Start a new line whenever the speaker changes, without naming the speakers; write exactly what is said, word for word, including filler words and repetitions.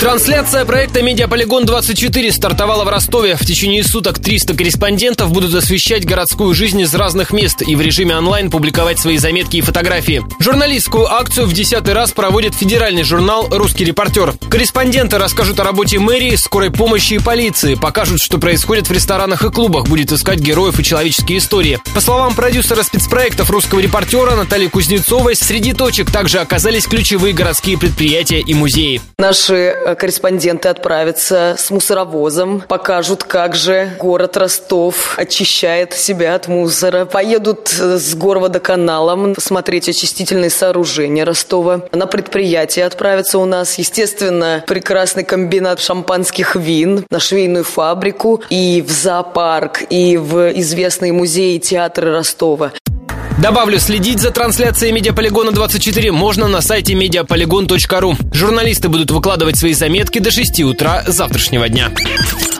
Трансляция проекта «Медиаполигон двадцать четыре» стартовала в Ростове. В течение суток триста корреспондентов будут освещать городскую жизнь из разных мест и в режиме онлайн публиковать свои заметки и фотографии. Журналистскую акцию в десятый раз проводит федеральный журнал «Русский репортер». Корреспонденты расскажут о работе мэрии, скорой помощи и полиции, покажут, что происходит в ресторанах и клубах, будет искать героев и человеческие истории. По словам продюсера спецпроектов «Русского репортера» Натальи Кузнецовой, среди точек также оказались ключевые городские предприятия и музеи.
Наши корреспонденты отправятся с мусоровозом, покажут, как же город Ростов очищает себя от мусора. Поедут с горводоканалом смотреть очистительные сооружения Ростова. На предприятие отправятся у нас, естественно, прекрасный комбинат шампанских вин, на швейную фабрику и в зоопарк, и в известные музеи и театры Ростова.
Добавлю, следить за трансляцией «Медиаполигона двадцать четыре» можно на сайте медиаполигон точка ру. Журналисты будут выкладывать свои заметки до шести утра завтрашнего дня.